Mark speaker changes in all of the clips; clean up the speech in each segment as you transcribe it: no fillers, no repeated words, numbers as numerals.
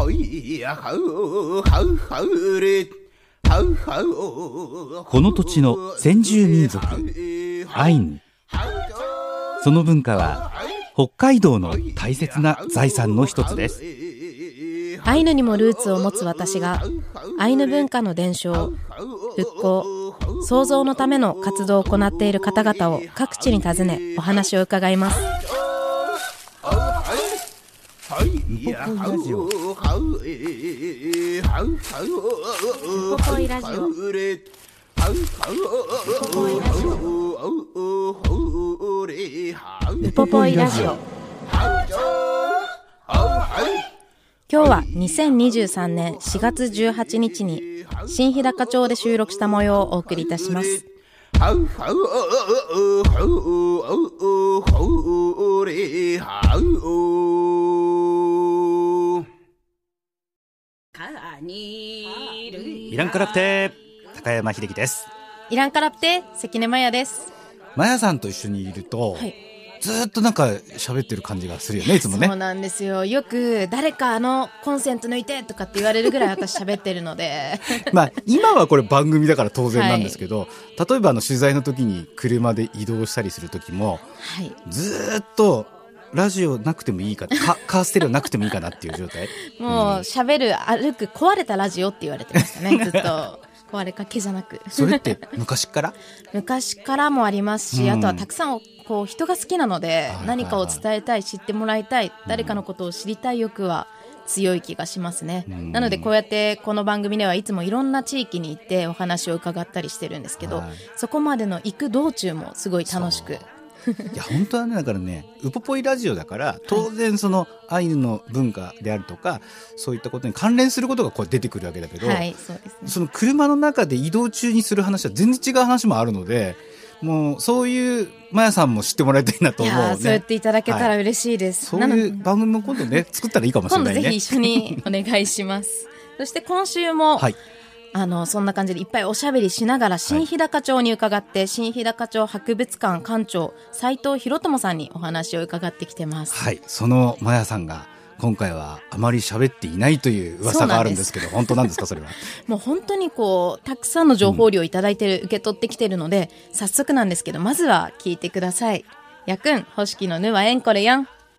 Speaker 1: この土地の先住民族アイヌ、その文化は北海道の大切な財産の一つです。
Speaker 2: アイヌにもルーツを持つ私がアイヌ文化の伝承、復興、創造のための活動を行っている方々を各地に訪ねお話を伺います。
Speaker 1: ウポポイラジオ。
Speaker 2: ウポポイラジオ。ウポポイラジオ。今日は2023年4月18日に新日高町で収録した模様をお送りいたします。
Speaker 1: イランカラプテ高山秀樹です。
Speaker 2: イランカラプテ関根麻也です。
Speaker 1: 麻也さんと一緒にいると、はい、ずっとなんか喋ってる感じがするよね、いつもね。
Speaker 2: そうなんですよ。よく誰かコンセント抜いてとかって言われるぐらい私喋ってるので
Speaker 1: まあ今はこれ番組だから当然なんですけど、はい、例えば取材の時に車で移動したりする時も、はい、ずっとラジオなくてもいいかカーステレオなくてもいいかなっていう状態
Speaker 2: もう喋る、歩く、壊れたラジオって言われてましたねずっと壊れかけじゃなく
Speaker 1: それって昔から
Speaker 2: もありますし、あとはたくさんこう人が好きなので、何かを伝えたい、知ってもらいたい、誰かのことを知りたい欲は強い気がしますね。なのでこうやってこの番組ではいつもいろんな地域に行ってお話を伺ったりしてるんですけど、そこまでの行く道中もすごい楽しく
Speaker 1: いや本当はね、だからね、ウポポイラジオだから当然そのアイヌの文化であるとか、そういったことに関連することがこう出てくるわけだけど、はいそうですね、その車の中で移動中にする話は全然違う話もあるので、もうそういう麻也さんも知ってもらいたいなと思うね。いや
Speaker 2: そう言っていただけたら嬉しいです、
Speaker 1: はい、そういう番組も今度ね作ったらいいかもしれないね。
Speaker 2: 今度ぜひ一緒にお願いしますそして今週も、はい、そんな感じでいっぱいおしゃべりしながら新日高町に伺って、はい、新日高町博物館館長斉藤博友さんにお話を伺ってきてます。
Speaker 1: はい、その麻也さんが今回はあまり喋っていないという噂があるんですけど、本当なんですかそれは。
Speaker 2: もう本当にこうたくさんの情報量をいただいてる、受け取ってきてるので早速なんですけど、まずは聞いてください。やくん星木のぬはえんこれやん。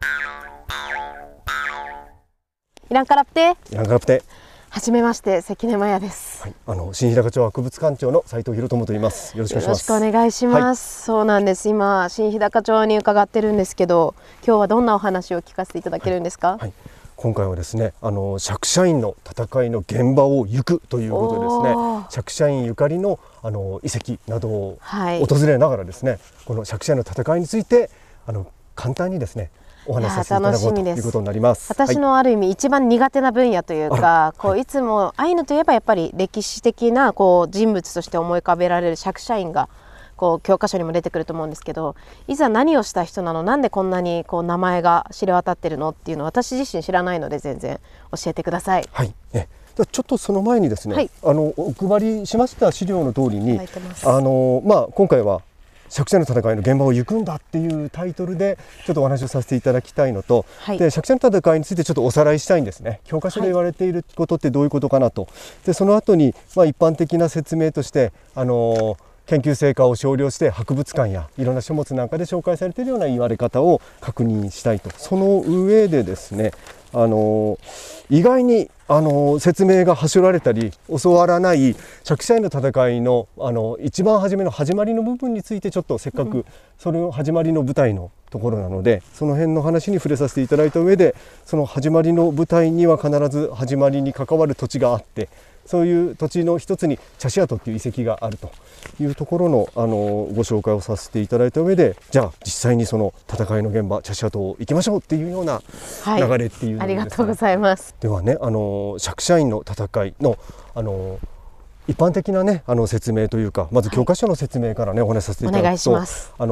Speaker 2: イランカラプテはじめまして、関根麻也です。
Speaker 3: はい、新日高町博物館長の斉藤博友と言います。よろしくお願いします。
Speaker 2: よろしくお願いします。はい、そうなんです。今新日高町に伺ってるんですけど、今日はどんなお話を聞かせていただけるんですか？
Speaker 3: はいはい、今回はですね、釈社員の戦いの現場を行くということでですね、釈社員ゆかりの遺跡などを訪れながらですね、この釈社員の戦いについて簡単にですねお話しさせていただこうということになります。
Speaker 2: 私のある意味一番苦手な分野というか、こういつもアイヌといえばやっぱり歴史的なこう人物として思い浮かべられる釈社員がこう教科書にも出てくると思うんですけど、いざ何をした人なの、なんでこんなにこう名前が知れ渡ってるのっていうのを私自身知らないので全然教えてください。
Speaker 3: はい、ちょっとその前にですね、はい、お配りしました資料の通りに今回は釈社の戦いの現場を行くんだっていうタイトルでちょっとお話をさせていただきたいのと、はい、で釈社の戦いについてちょっとおさらいしたいんですね。教科書で言われていることってどういうことかなと。でその後に一般的な説明として研究成果を少量して博物館やいろんな書物なんかで紹介されているような言われ方を確認したいと。その上でですね、意外に説明がはしょられたり教わらない釈社員の戦いの一番初めの始まりの部分について、ちょっとせっかくそれを始まりの舞台のところなので、その辺の話に触れさせていただいた上で、その始まりの舞台には必ず始まりに関わる土地があって、そういう土地の一つに茶師跡という遺跡があるというところのご紹介をさせていただいた上で、じゃあ実際にその戦いの現場茶師跡を行きましょうっていうような流れっていうのです、ね、
Speaker 2: ありがとうございます。
Speaker 3: ではね、釈社員の戦いの一般的なね説明というか、まず教科書の説明からね、お話しさせていただくと、お願いします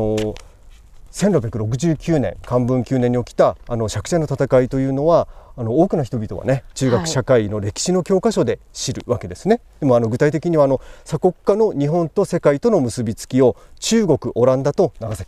Speaker 3: 。1669年漢文9年に起きた釈社の戦いというのは多くの人々はね、中学社会の歴史の教科書で知るわけですね。でも具体的には鎖国下の日本と世界との結びつきを中国、オランダと長崎、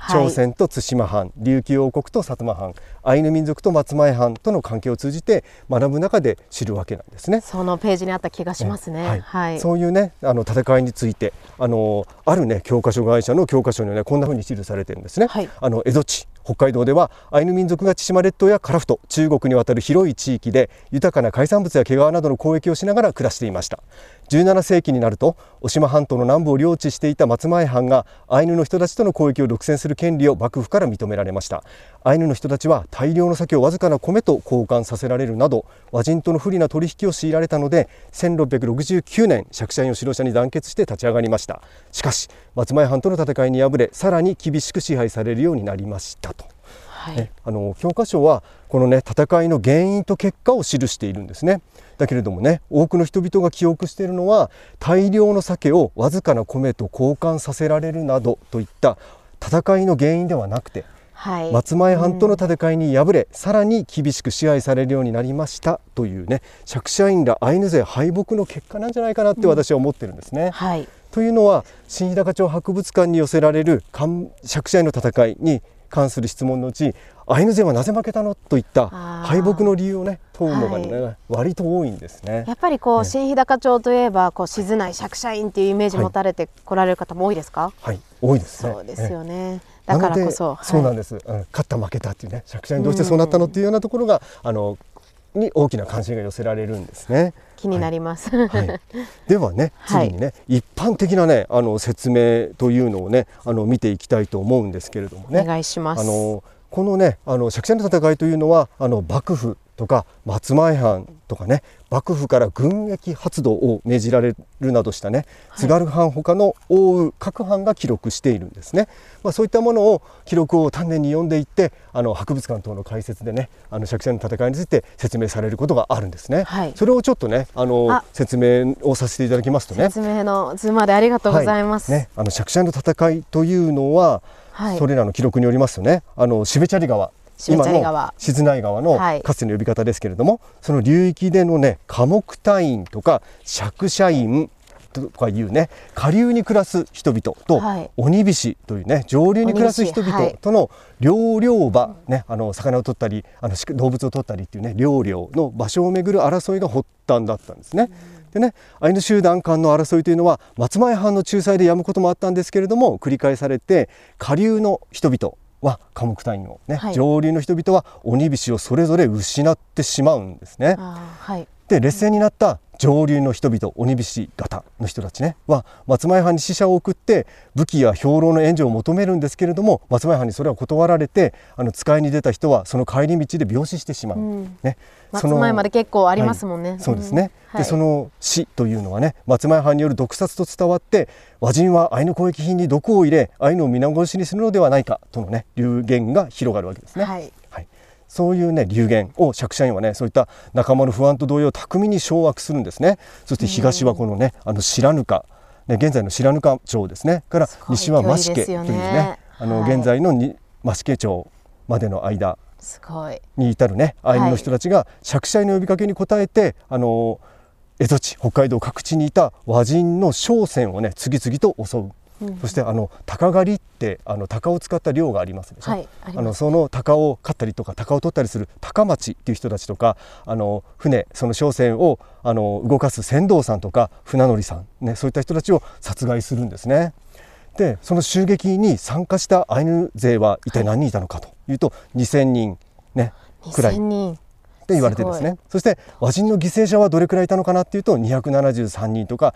Speaker 3: 朝鮮と対馬藩、琉球王国と薩摩藩、アイヌ民族と松前藩との関係を通じて学ぶ中で知るわけなんですね。
Speaker 2: そのページにあった気がしますね。
Speaker 3: そういうね戦いについてあるね教科書会社の教科書にはねこんなふうに記されてるんですね。蝦夷地北海道ではアイヌ民族が千島列島や樺太、中国にわたる広い地域で豊かな海産物や毛皮などの交易をしながら暮らしていました。17世紀になると渡島半島の南部を領地していた松前藩がアイヌの人たちとの交易を独占する権利を幕府から認められました。アイヌの人たちは大量の酒をわずかな米と交換させられるなど和人との不利な取引を強いられたので、1669年釈迦院を指導者に団結して立ち上がりました。しかし松前藩との戦いに敗れ、さらに厳しく支配されるようになりましたと。教科書はこのね戦いの原因と結果を記しているんですね。だけれどもね、多くの人々が記憶しているのは大量の酒をわずかな米と交換させられるなどといった戦いの原因ではなくて、松前藩との戦いに敗れ、さらに厳しく支配されるようになりましたというね、釈迦院らアイヌ勢敗北の結果なんじゃないかなって私は思ってるんですね。というのは新日高町博物館に寄せられる釈迦院の戦いに関する質問のうち、アイヌ勢はなぜ負けたのといった敗北の理由をね問うのがね、割と多いんですね。
Speaker 2: やっぱり新日高町といえば静内釈迦院っていうイメージ持たれてこられる方も多いですか？
Speaker 3: 多いですね。
Speaker 2: そうですよね。だからこそ
Speaker 3: そうなんです。勝った負けたっていうね、釈迦院どうしてそうなったのっていうようなところがに大きな関心が寄せられるんですね。
Speaker 2: 気になります。
Speaker 3: ではね、次にね、一般的なね説明というのをね見ていきたいと思うんですけれどもね。
Speaker 2: お願いします。
Speaker 3: このね釈迦院の戦いというのは幕府とか松前藩とかね、幕府から軍役発動を命じられるなどしたね、津軽藩ほかの奥羽各藩が記録しているんですね。そういったものを記録を丹念に読んでいって博物館等の解説でね釈迦院の戦いについて説明されることがあるんですね。それをちょっとね説明をさせていただきますとね、
Speaker 2: 説明の図までありがとうございます。
Speaker 3: 釈迦院の戦いというのは、それらの記録によりますとね、標茶里川、今の静内川のかつての呼び方ですけれども、その流域でのね寡黙隊員とか釈迦院とかいうね下流に暮らす人々と、鬼菱というね上流に暮らす人々との両漁場ね、魚を取ったり動物を取ったりっていうね両漁の場所をめぐる争いが発端だったんですね。でね、アイヌ集団間の争いというのは松前藩の仲裁でやむこともあったんですけれども、繰り返されて下流の人々は寡黙隊員をね、上流の人々は鬼菱をそれぞれ失ってしまうんですね。で劣勢になった上流の人々、鬼菱型の人たちねは松前藩に使者を送って武器や兵糧の援助を求めるんですけれども、松前藩にそれは断られて使いに出た人はその帰り道で病死してしまう、
Speaker 2: 松前まで結構ありますもんね。
Speaker 3: そうですね。でその死というのはね松前藩による毒殺と伝わって、和人はアイヌ交易品に毒を入れアイヌを皆殺しにするのではないかとのね流言が広がるわけですね。そういうね流言を釈迦院はねそういった仲間の不安と同様巧みに掌握するんですね。そして東はこのね白糠、現在の白糠町ですねから西は増毛というね現在の増毛町までの間に至るねアイヌの人たちが釈迦院の呼びかけに応えて蝦夷地北海道各地にいた和人の商船をね次々と襲う。そして鷹狩りって鷹を使った漁がありますでしょ。その鷹を飼ったりとか鷹を取ったりする鷹町っていう人たちとか船その商船を動かす船頭さんとか船乗りさん、そういった人たちを殺害するんですね。でその襲撃に参加したアイヌ勢は一体何人いたのかというと、2000人くらいって言われてですね。そして和人の犠牲者はどれくらいいたのかなっていうと273人とか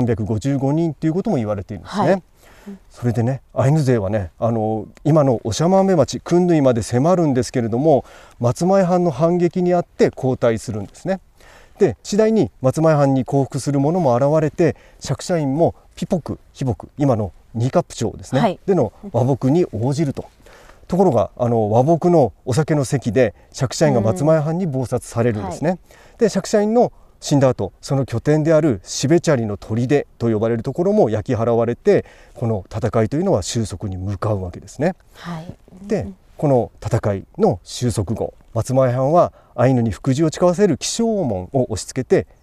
Speaker 3: 355人っていうことも言われているんですね。それでねアイヌ勢はね今の長万部町訓縫まで迫るんですけれども、松前藩の反撃にあって後退するんですね。で次第に松前藩に降伏する者も現れて、釈迦院も肥北今の新冠町ですね、での和睦に応じると。ところが和睦のお酒の席で釈迦院が松前藩に謀殺されるんですね。で釈迦院の死んだ後、その拠点である標茶里の砦と呼ばれるところも焼き払われて、この戦いというのは収束に向かうわけですね。でこの戦いの収束後、松前藩はアイヌに服従を誓わせる起請文を押し付けて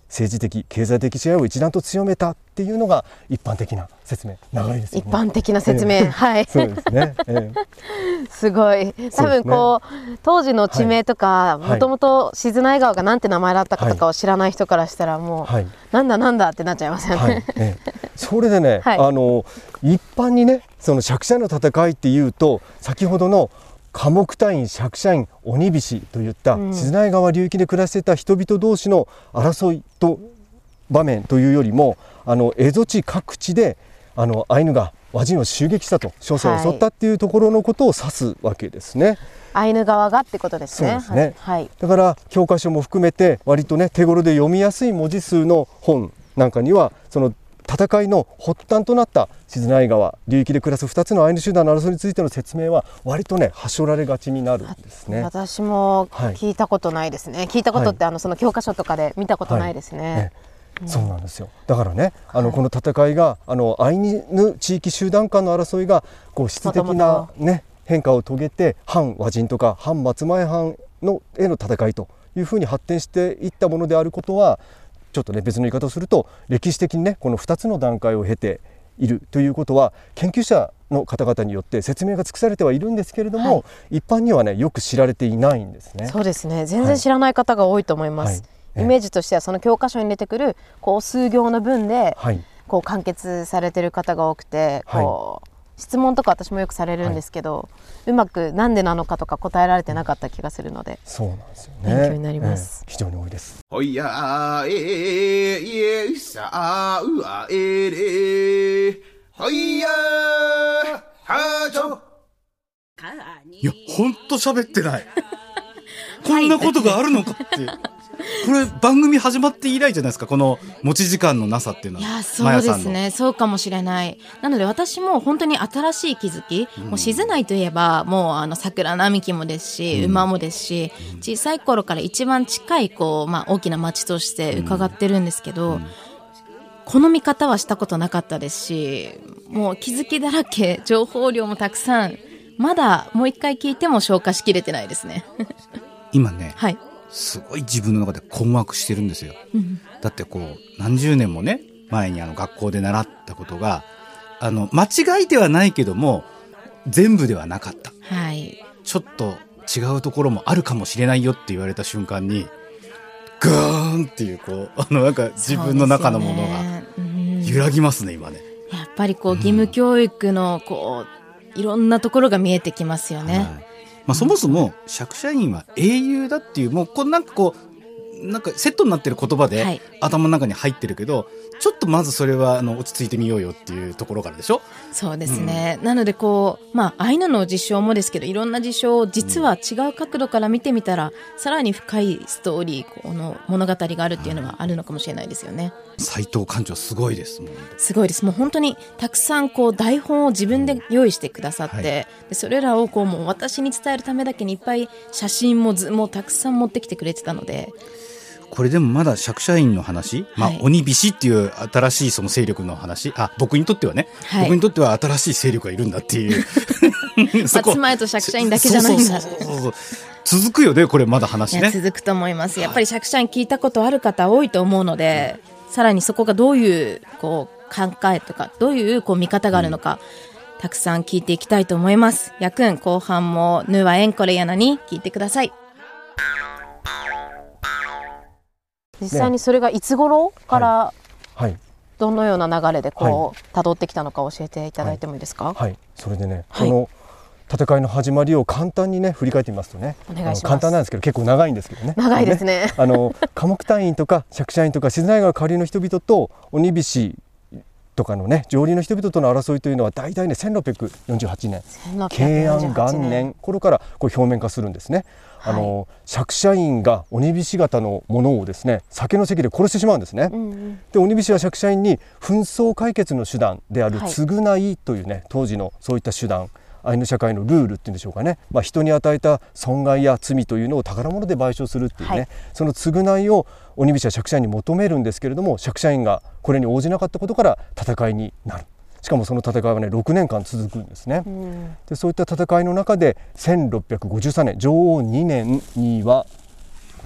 Speaker 3: 政治的経済的支配を一段と強めたっていうのが一般的な説明。長いですよね。
Speaker 2: 一般的な説明、はい
Speaker 3: そうですね、
Speaker 2: すごい。多分こう当時の地名とかもともと静内川がなんて名前だったかとかを知らない人からしたらもう、なんだなんだってなっちゃいますよね、
Speaker 3: それでね、一般にねその釈迦の戦いっていうと先ほどの寡黙隊員、釈迦院、鬼菱といった静内川流域で暮らしていた人々同士の争いと場面というよりも蝦夷地各地でアイヌが和人を襲撃したと、商船を襲ったっていうところのことを指すわけですね。
Speaker 2: アイヌ側がってことですね。
Speaker 3: そうですね、だから教科書も含めて割とね手頃で読みやすい文字数の本なんかにはその戦いの発端となった静内川流域で暮らす2つのアイヌ集団の争いについての説明は割とねはしょられがちになるんですね。
Speaker 2: 私も聞いたことないですね、聞いたことってその教科書とかで見たことないですね、
Speaker 3: そうなんですよ。だからねこの戦いがアイヌ地域集団間の争いがこう質的な、ね、変化を遂げて反和人とか反松前藩への戦いというふうに発展していったものであることはちょっとね別の言い方をすると歴史的にねこの2つの段階を経ているということは研究者の方々によって説明が尽くされてはいるんですけれども、一般にはねよく知られていないんですね。
Speaker 2: そうですね、全然知らない方が多いと思います、イメージとしてはその教科書に出てくるこう数行の文でこう完結されている方が多くて、こう質問とか私もよくされるんですけど、うまくなんでなのかとか答えられてなかった気がするので、
Speaker 3: そうなんですよね、
Speaker 2: 勉強になります、
Speaker 3: 非常に多いです。
Speaker 4: ほいやいさあうあれほいやはちょ。
Speaker 1: いやほんと喋ってないこんなことがあるのかってこれ番組始まって以来じゃないですか、この持ち時間のなさっていうのは。
Speaker 5: いやそうですね、そうかもしれない。なので私も本当に新しい気づき、もう静内といえばもう桜並木もですし、馬もですし、小さい頃から一番近いこう、大きな町として伺ってるんですけど、この見方はしたことなかったですし、もう気づきだらけ、情報量もたくさん、まだもう一回聞いても消化しきれてないですね
Speaker 1: 今ね、すごい自分の中で困惑してるんですよ、だってこう何十年もね前に学校で習ったことが間違いではないけども全部ではなかった、ちょっと違うところもあるかもしれないよって言われた瞬間にガーンっていうこうなんか自分の中のものが揺らぎますね今ね。
Speaker 5: やっぱりこう義務教育のこういろんなところが見えてきますよね、
Speaker 1: そもそも釈迦院は英雄だっていうもうこうなんかセットになってる言葉で頭の中に入ってるけど、ちょっとまずそれは落ち着いてみようよっていうところからでしょ。
Speaker 5: そうですね、なのでこうアイヌの事象もですけどいろんな事象を実は違う角度から見てみたら、さらに深いストーリーこの物語があるっていうのがあるのかもしれないですよね。
Speaker 1: 斉藤館長すごいです。
Speaker 5: すごいです。もう本当にたくさんこう台本を自分で用意してくださって、でそれらをこうもう私に伝えるためだけにいっぱい写真も図もたくさん持ってきてくれてたので、
Speaker 1: これでもまだ釈迦院の話、鬼菱っていう新しいその勢力の話、僕にとってはね、僕にとっては新しい勢力がいるんだっていう
Speaker 5: 松前と釈迦院だけじゃないんだ。
Speaker 1: 続くよねこれまだ話ね。
Speaker 5: 続くと思います。やっぱり釈迦院聞いたことある方多いと思うので、さらにそこがどういうこう考えとかどういうこう見方があるのか、たくさん聞いていきたいと思います。やくん後半もぬわえんこれやなに聞いてください。
Speaker 2: 実際にそれがいつ頃からどのような流れでこう辿ってきたのか教えていただいてもいいですか。
Speaker 3: それでね、この戦いの始まりを簡単にね振り返ってみますとね、簡単なんですけど結構長いんですけどね。
Speaker 2: 長いですね。
Speaker 3: 寡黙隊員とか釈迦院とか静内川下流の人々と鬼菱とかのね上流の人々との争いというのは大体ね1648年慶安元年頃からこう表面化するんですね。釈迦院が鬼菱型のものをですね酒の席で殺してしまうんですね、で鬼菱は釈迦院に紛争解決の手段である償いというね当時のそういった手段、アイヌ社会のルールっていうんでしょうかね、人に与えた損害や罪というのを宝物で賠償するっていうね、その償いを鬼菱は釈迦院に求めるんですけれども、釈迦院がこれに応じなかったことから戦いになる。しかもその戦いはね6年間続くんですね、でそういった戦いの中で1653年、貞王2年にはこ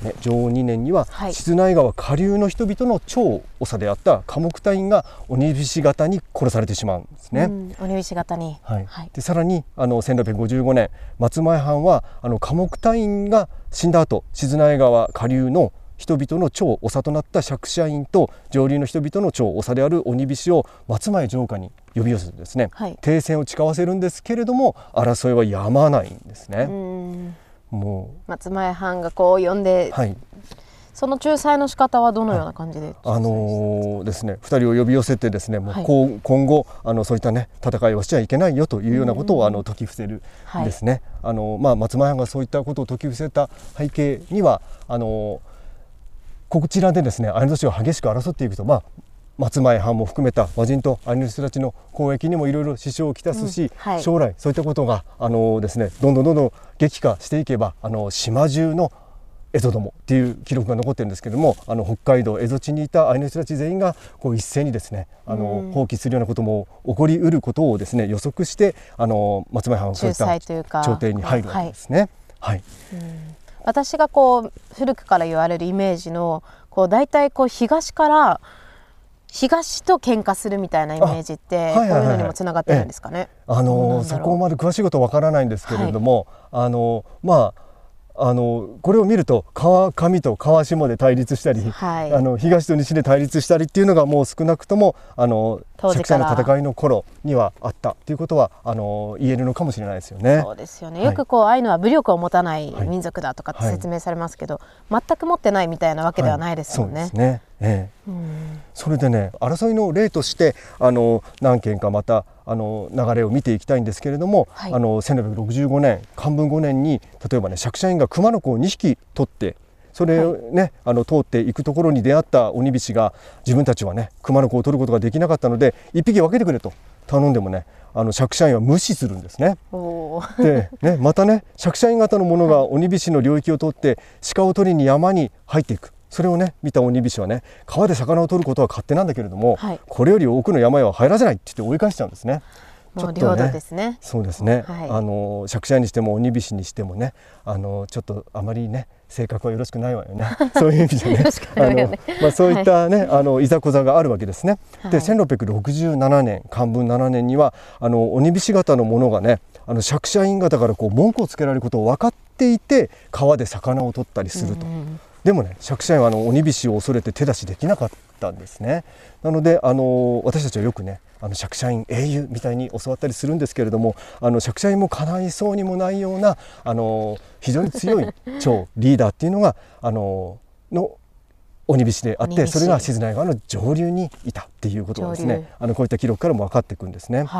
Speaker 3: 承2年には静内川下流の人々の超長であった寡黙隊員が鬼菱方に殺されてしまうんですね。
Speaker 2: 鬼菱方に、
Speaker 3: でさらに1655年松前藩は寡黙隊員が死んだ後、静内川下流の人々の超長となった釈迦院と上流の人々の超長である鬼菱を松前城下に呼び寄せてですね、停戦を誓わせるんですけれども、争いはやまないんですね。もう
Speaker 2: 松前藩がこう呼んで、その仲裁の仕方はどのような感じでですね、
Speaker 3: 2人を呼び寄せてですね、もう今後そういったね戦いをしちゃいけないよというようなことを説き伏せるんですね。松前藩がそういったことを説き伏せた背景にはこちらでですねアイヌ都市が激しく争っていくと、松前藩も含めた和人とアイヌの人たちの交易にもいろいろ支障をきたすし、将来そういったことがですねどんどん激化していけば島中のエゾどもっていう記録が残ってるんですけれども、北海道エゾ地にいたアイヌの人たち全員が一斉にですね放棄するようなことも起こりうることをですね予測して松前藩はそういった調停に入るわけですね。
Speaker 2: 私が古くから言われるイメージの大体東と喧嘩するみたいなイメージってこういうのにもつながってるんですかね。
Speaker 3: そこまで詳しいことはわからないんですけれども、これを見ると川上と川下で対立したり、東と西で対立したりっていうのがもう少なくとも釈迦の戦いの頃にはあったということは言えるのかもしれないですよね。
Speaker 2: そうですよね。よくアイヌは武力を持たない民族だとかって説明されますけど、全く持ってないみたいなわけではないですよね。
Speaker 3: そうですね。それでね争いの例として何件かまた流れを見ていきたいんですけれども、1665年寛文5年に例えばね釈迦院が熊の子を2匹取ってそれをね通っていくところに出会った鬼菱が自分たちはね熊の子を取ることができなかったので1匹分けてくれと頼んでもね釈迦院は無視するんですね。でねまたね釈迦院型の者が鬼菱の領域を取って鹿を取りに山に入っていく。それをね見た鬼菱はね川で魚を取ることは勝手なんだけれども、これより多くの山へは入らせないって言って追い返しちゃうんですね。
Speaker 2: ちょっとね、
Speaker 3: そうですね。釈迦にしても鬼菱にしてもねちょっとあまりね性格はよろしくないわよね。そういう意味でねそういったねいざこざがあるわけですね。で1667年寛文7年には鬼菱型の者がね釈迦院型から文句をつけられることを分かっていて川で魚を取ったりすると。でもね釈迦院は鬼菱を恐れて手出しできなかったんですね。なので私たちはよくね釈迦院英雄みたいに教わったりするんですけれども釈迦院もかないそうにもないような非常に強い超リーダーっていうのがの鬼菱であってそれが静内川の上流にいたっていうことがですねこういった記録からも分かっていくんですね。で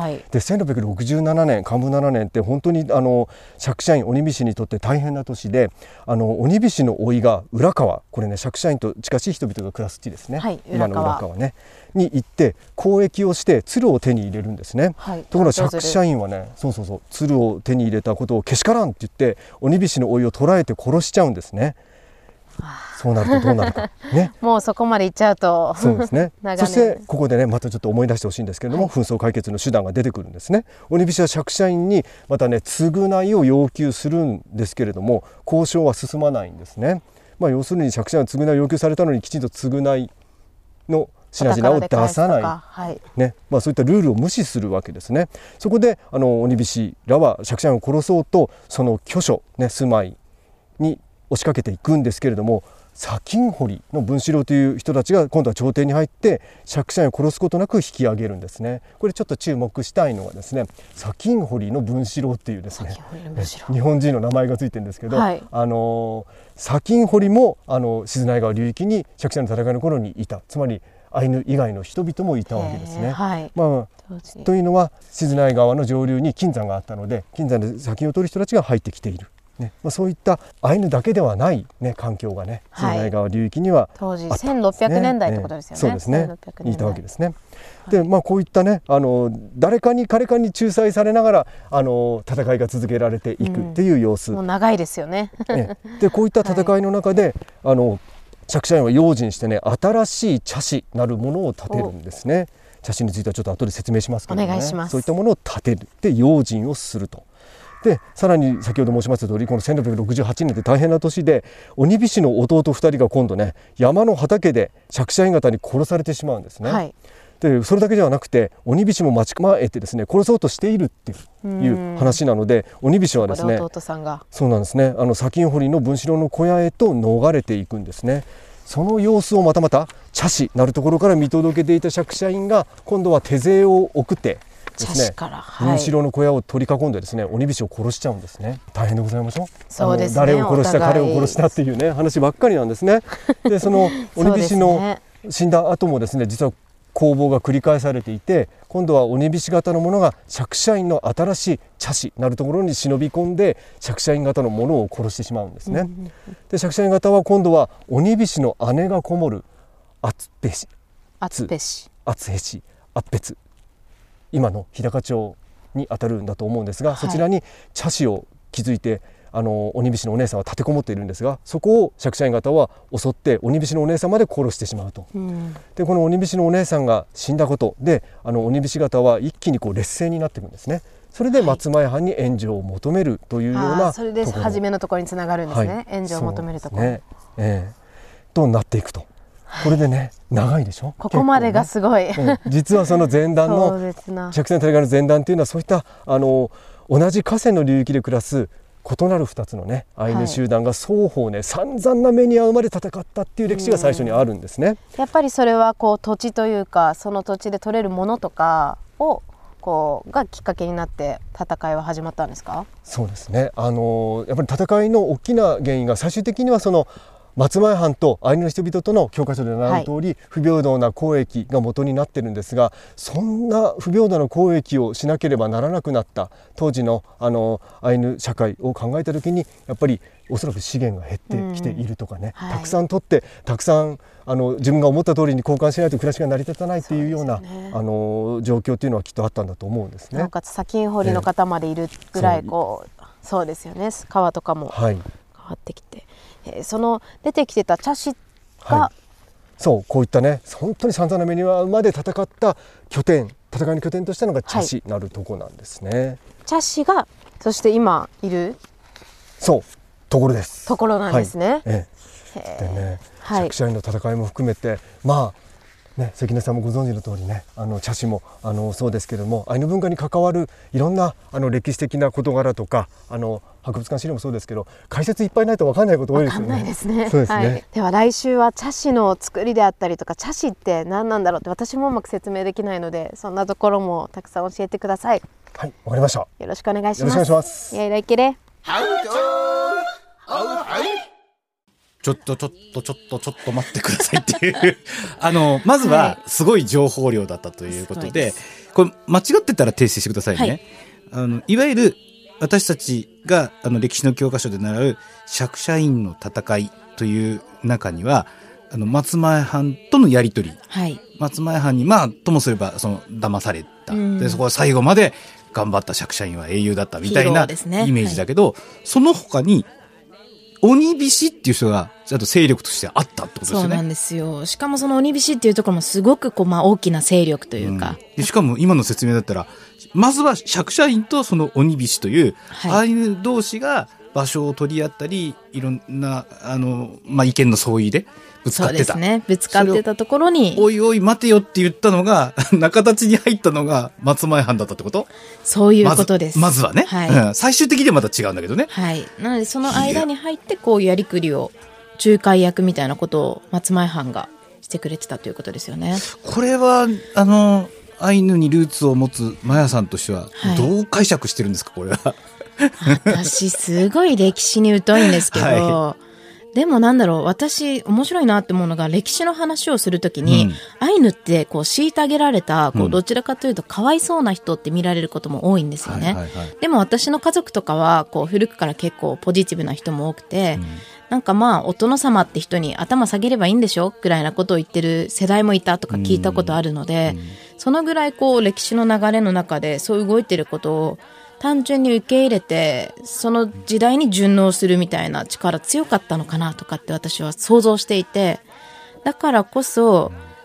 Speaker 3: 1667年寛文7年って本当に釈迦院鬼菱にとって大変な年で鬼菱の甥が浦川これね釈迦院と近しい人々が暮らす地ですね、今の浦川ねに行って交易をして鶴を手に入れるんですね。ところが釈迦院はね鶴を手に入れたことをけしからんって言って鬼菱の甥を捕らえて殺しちゃうんですね。そうなるとどうなるかね
Speaker 2: もうそこまで行っちゃうと
Speaker 3: そうですねそしてここでねまたちょっと思い出してほしいんですけれども、紛争解決の手段が出てくるんですね。鬼菱は釈迦院にまたね償いを要求するんですけれども交渉は進まないんですね。要するに釈迦院は償いを要求されたのにきちんと償いの品々を出さない、そういったルールを無視するわけですね。そこで鬼菱らは釈迦院を殺そうとその居所、住まいに押しかけていくんですけれども砂金掘りの文四郎という人たちが今度は朝廷に入って釈迦院を殺すことなく引き上げるんですね。これちょっと注目したいのがですね砂金掘りの文四郎っていうですね日本人の名前がついてるんですけど、砂金掘りも静内川流域に釈迦院の戦いの頃にいたつまりアイヌ以外の人々もいたわけですね。というのは静内川の上流に金山があったので金山で砂金を取る人たちが入ってきている。そういったアイヌだけではない、環境がね静内川流域には
Speaker 2: 当時1600年代ってことですよね。
Speaker 3: そうですねにいたわけですね。でこういったね誰かに仲裁されながら戦いが続けられていくっていう様子、
Speaker 2: もう長いですよね。
Speaker 3: でこういった戦いの中で釈迦院は用心してね新しい茶師なるものを建てるんですね。茶師についてはちょっと後で説明しますけどね、そういったものを建てるで用心をすると。 でさらに先ほど申しました通り、この1668年って大変な年で、鬼火氏の弟2人が今度ね、山の畑で釈迦院方に殺されてしまうんですね。はい、でそれだけではなくて、鬼火氏も待ち構えてですね、殺そうとしているっていう話なので、鬼火氏はですね、
Speaker 2: 弟さんが
Speaker 3: そうなんですね、砂金掘りの文四郎の小屋へと逃れていくんですね。その様子をまた茶師なるところから見届けていた釈迦院が、今度は手勢を送ってですね、文四郎の小屋を取り囲んでですね、鬼火氏を殺しちゃうんですね。大変でございましょう。
Speaker 2: そうですね、
Speaker 3: 誰を殺した彼を殺したっていうね、話ばっかりなんですね。でその鬼火氏の死んだ後もですね、実は攻防が繰り返されていて、今度は鬼火氏型の者が釈迦院の新しい茶師なるところに忍び込んで、釈迦院型の者を殺してしまうんですね。で釈迦院型は今度は鬼火氏の姉がこもる厚辺氏今の日高町にあたるんだと思うんですが、そちらに茶師を築いて、鬼火氏のお姉さんは立てこもっているんですが、そこを釈迦院方は襲って鬼火氏のお姉さんまで殺してしまうと。でこの鬼火氏のお姉さんが死んだことで、鬼火氏方は一気に劣勢になっていくんですね。それで松前藩に援助を求めるというような、
Speaker 2: それで初めのところにつながるんですね、援助を求めるところ、
Speaker 3: となっていくと。これでね、長いでしょ。
Speaker 2: ここまでがすごい、
Speaker 3: 実はその前段の釈迦院戦いの前段というのは、そういった同じ河川の流域で暮らす異なる2つのね、アイヌ集団が双方ね、散々な目に遭うまで戦ったっていう歴史が最初にあるんですね。
Speaker 2: やっぱりそれは土地というか、その土地で取れるものとかをがきっかけになって戦いは始まったんですか？
Speaker 3: そうですね、やっぱり戦いの大きな原因が、最終的にはその松前藩とアイヌの人々との教科書で習う通り、不平等な交易が元になってるんですが、そんな不平等な交易をしなければならなくなった当時のアイヌ社会を考えた時に、やっぱりおそらく資源が減ってきているとかね、たくさん取ってたくさん自分が思った通りに交換しないと暮らしが成り立たないっていうような状況っていうのはきっとあったんだと思うんですね。
Speaker 2: なおかつ砂金掘りの方までいるぐらいそうですよね、川とかも変わってきて、その出てきてた茶師が、そう
Speaker 3: こういったね、本当に散々な目に遭うまで戦った拠点、戦いの拠点としたのが茶師なるとこなんですね。
Speaker 2: 茶師がそして今いる
Speaker 3: ところです。
Speaker 2: ところなんですね。
Speaker 3: でね、釈迦院の戦いも含めて、関根さんもご存知の通りね、茶師もそうですけれども、アイヌ文化に関わるいろんな歴史的な事柄とか、博物館資料もそうですけど、解説いっぱいないと分かんないこと多いですよね。
Speaker 2: 分かんないですね。そうですね。では来週は茶師の作りであったりとか、茶師って何なんだろうって私もうまく説明できないので、そんなところもたくさん教えてください。
Speaker 3: はい、わかりました。
Speaker 2: よろしくお願いします。
Speaker 3: よろしくお願いします。
Speaker 2: やいらいけれ。
Speaker 1: ちょっと待ってくださいっていうまずはすごい情報量だったということで、これ間違ってたら訂正してくださいね。いわゆる私たちが歴史の教科書で習う釈迦院の戦いという中には、松前藩とのやり取り、松前藩にともすれば騙された、でそこは最後まで頑張った釈迦院は英雄だったみたいなイメージだけど、その他に鬼火師っていう人がちゃんと勢力としてあったってことですよね。
Speaker 5: そうなんですよ。しかもその鬼火師っていうところもすごく大きな勢力というか、
Speaker 1: でしかも今の説明だったら、まずは釈迦院とその鬼火師というアイヌ同士が場所を取り合ったり、いろんな意見の相違でぶつかってた。
Speaker 5: そうですね。ぶつかってたところに、
Speaker 1: おいおい待てよって言ったのが仲立ちに入ったのが松前藩だったってこと？
Speaker 5: そういうことです。
Speaker 1: まずはね、最終的にはまた違うんだけどね。
Speaker 5: なのでその間に入ってこうやりくりを、仲介役みたいなことを松前藩がしてくれてたということですよね。
Speaker 1: これはアイヌにルーツを持つマヤさんとしてはどう解釈してるんですか、これは。
Speaker 5: 私すごい歴史に疎いんですけど、でも私面白いなって思うのが、歴史の話をするときに、アイヌって虐げられたどちらかというとかわいそうな人って見られることも多いんですよね。でも私の家族とかは古くから結構ポジティブな人も多くて、お殿様って人に頭下げればいいんでしょくらいなことを言ってる世代もいたとか聞いたことあるので、そのぐらい歴史の流れの中でそう動いてることを単純に受け入れて、その時代に順応するみたいな力強かったのかなとかって私は想像していて、だからこそ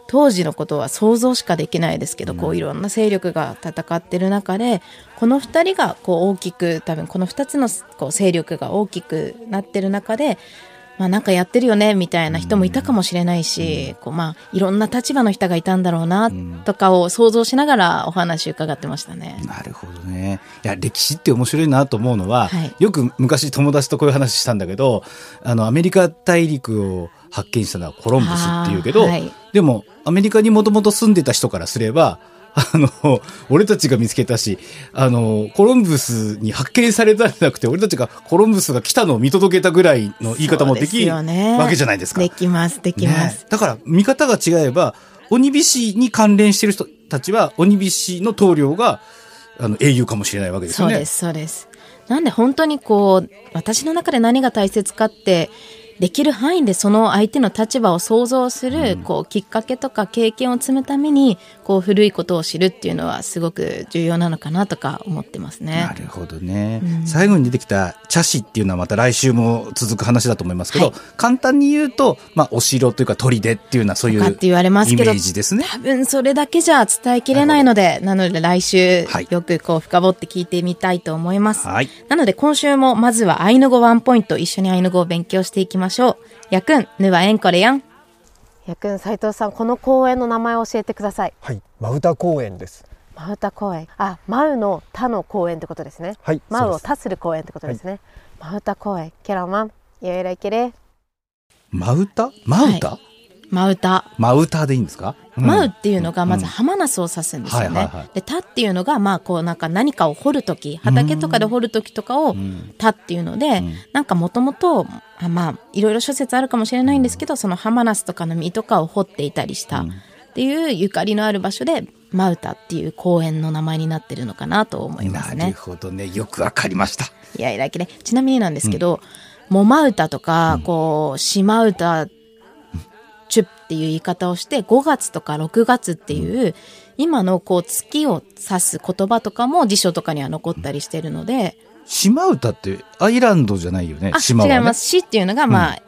Speaker 5: 当時のことは想像しかできないですけど、こういろんな勢力が戦ってる中で、この2人がこう大きく、多分この2つのこう勢力が大きくなってる中で、なんかやってるよねみたいな人もいたかもしれないし、こういろんな立場の人がいたんだろうなとかを想像しながらお話伺ってましたね。
Speaker 1: なるほどね。いや、歴史って面白いなと思うのは、よく昔友達とこういう話したんだけど、アメリカ大陸を発見したのはコロンブスっていうけど、でもアメリカにもともと住んでた人からすれば、俺たちが見つけたし、コロンブスに発見されたんじゃなくて、俺たちがコロンブスが来たのを見届けたぐらいの言い方もできるわけじゃないですか。
Speaker 5: できます、できます。
Speaker 1: だから見方が違えば、鬼火氏に関連している人たちは、鬼火氏の棟梁が英雄かもしれないわけですよね。
Speaker 5: そうです、そうです。なんで本当にこう、私の中で何が大切かって、できる範囲でその相手の立場を想像する、こうきっかけとか経験を積むために、こう古いことを知るっていうのはすごく重要なのかなとか思ってますね。
Speaker 1: なるほどね。最後に出てきた茶師っていうのはまた来週も続く話だと思いますけど、簡単に言うと、お城というか砦っていうのはそういうイメージですね。
Speaker 5: 多分それだけじゃ伝えきれないので、なので来週よくこう深掘って聞いてみたいと思います。なので今週もまずはアイヌ語ワンポイント、一緒にアイヌ語を勉強していきましょう。やくん、ぬはえんこれやん。
Speaker 2: やくん、斉藤さん、この公園の名前を教えてください。
Speaker 3: はい、マウタ公園です。
Speaker 2: マウタ公園。マウの田の公園ってことですね。
Speaker 3: はい。
Speaker 2: マウを田する公園ってことですね。マウタ公園。ケラマン、やえらいけれ。
Speaker 1: マウタ？マウタ？
Speaker 5: マウタ。
Speaker 1: マウタでいいんですか？
Speaker 5: マウっていうのがまずハマナスを指すんですよね。で、タっていうのがこう何かを掘るとき、畑とかで掘るときとかをタっていうので、なんかもともといろいろ諸説あるかもしれないんですけど、そのハマナスとかの実とかを掘っていたりしたっていうゆかりのある場所で、マウタっていう公園の名前になってるのかなと思いますね。
Speaker 1: なるほどね。よくわかりました。
Speaker 5: いやいや、ちなみになんですけど、モマウタとかこうシマウタチュっていう言い方をして、5月とか6月っていう今のこう月を指す言葉とかも辞書とかには残ったりしてるので。
Speaker 1: シマウタってアイランドじゃないよね。島はね。
Speaker 5: 違います。シっていうのが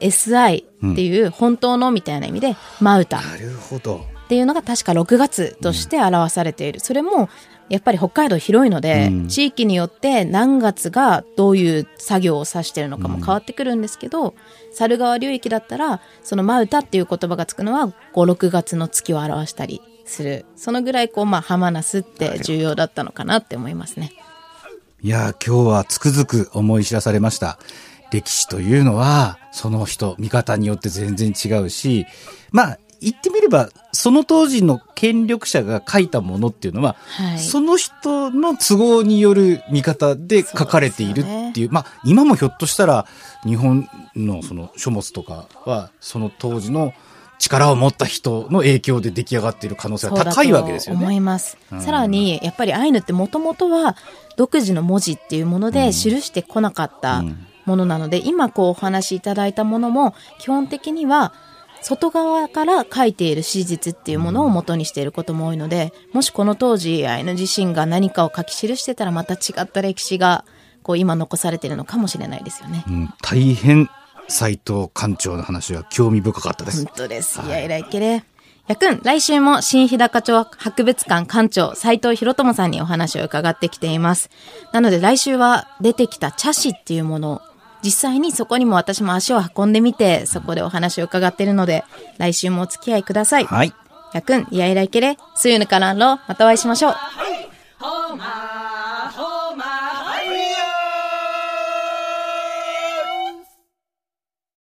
Speaker 5: SI っていう本当のみたいな意味で、マウタ。
Speaker 1: なるほど。
Speaker 5: っていうのが確か6月として表されている。それもやっぱり北海道広いので、地域によって何月がどういう作業を指しているのかも変わってくるんですけど、猿川流域だったらそのマウタっていう言葉がつくのは5、6月の月を表したりする。そのぐらいこうハマナスって重要だったのかなって思いますね。
Speaker 1: いや、今日はつくづく思い知らされました。歴史というのはその人見方によって全然違うし、言ってみればその当時の権力者が書いたものっていうのは、その人の都合による見方で書かれているっていう、今もひょっとしたら日本のその書物とかはその当時の力を持った人の影響で出来上がっている可能性は高いわけですよね。
Speaker 5: 思います。さらにやっぱりアイヌってもともとは独自の文字っていうもので記してこなかったものなので、今こうお話しいただいたものも基本的には外側から書いている史実っていうものを元にしていることも多いので、もしこの当時アイヌ自身が何かを書き記してたらまた違った歴史がこう今残されているのかもしれないですよね。
Speaker 1: 大変斉藤館長の話は興味深かったです。
Speaker 5: 本当です。いやいらいけれ。やくん、来週も新日高町博物館館長斉藤博友さんにお話を伺ってきています。なので来週は出てきた茶師っていうもの、実際にそこにも私も足を運んでみて、そこでお話を伺っているので、来週もお付き合いください。やくん、いやいらいけれ、すゆぬからんろ、またお会いしましょう。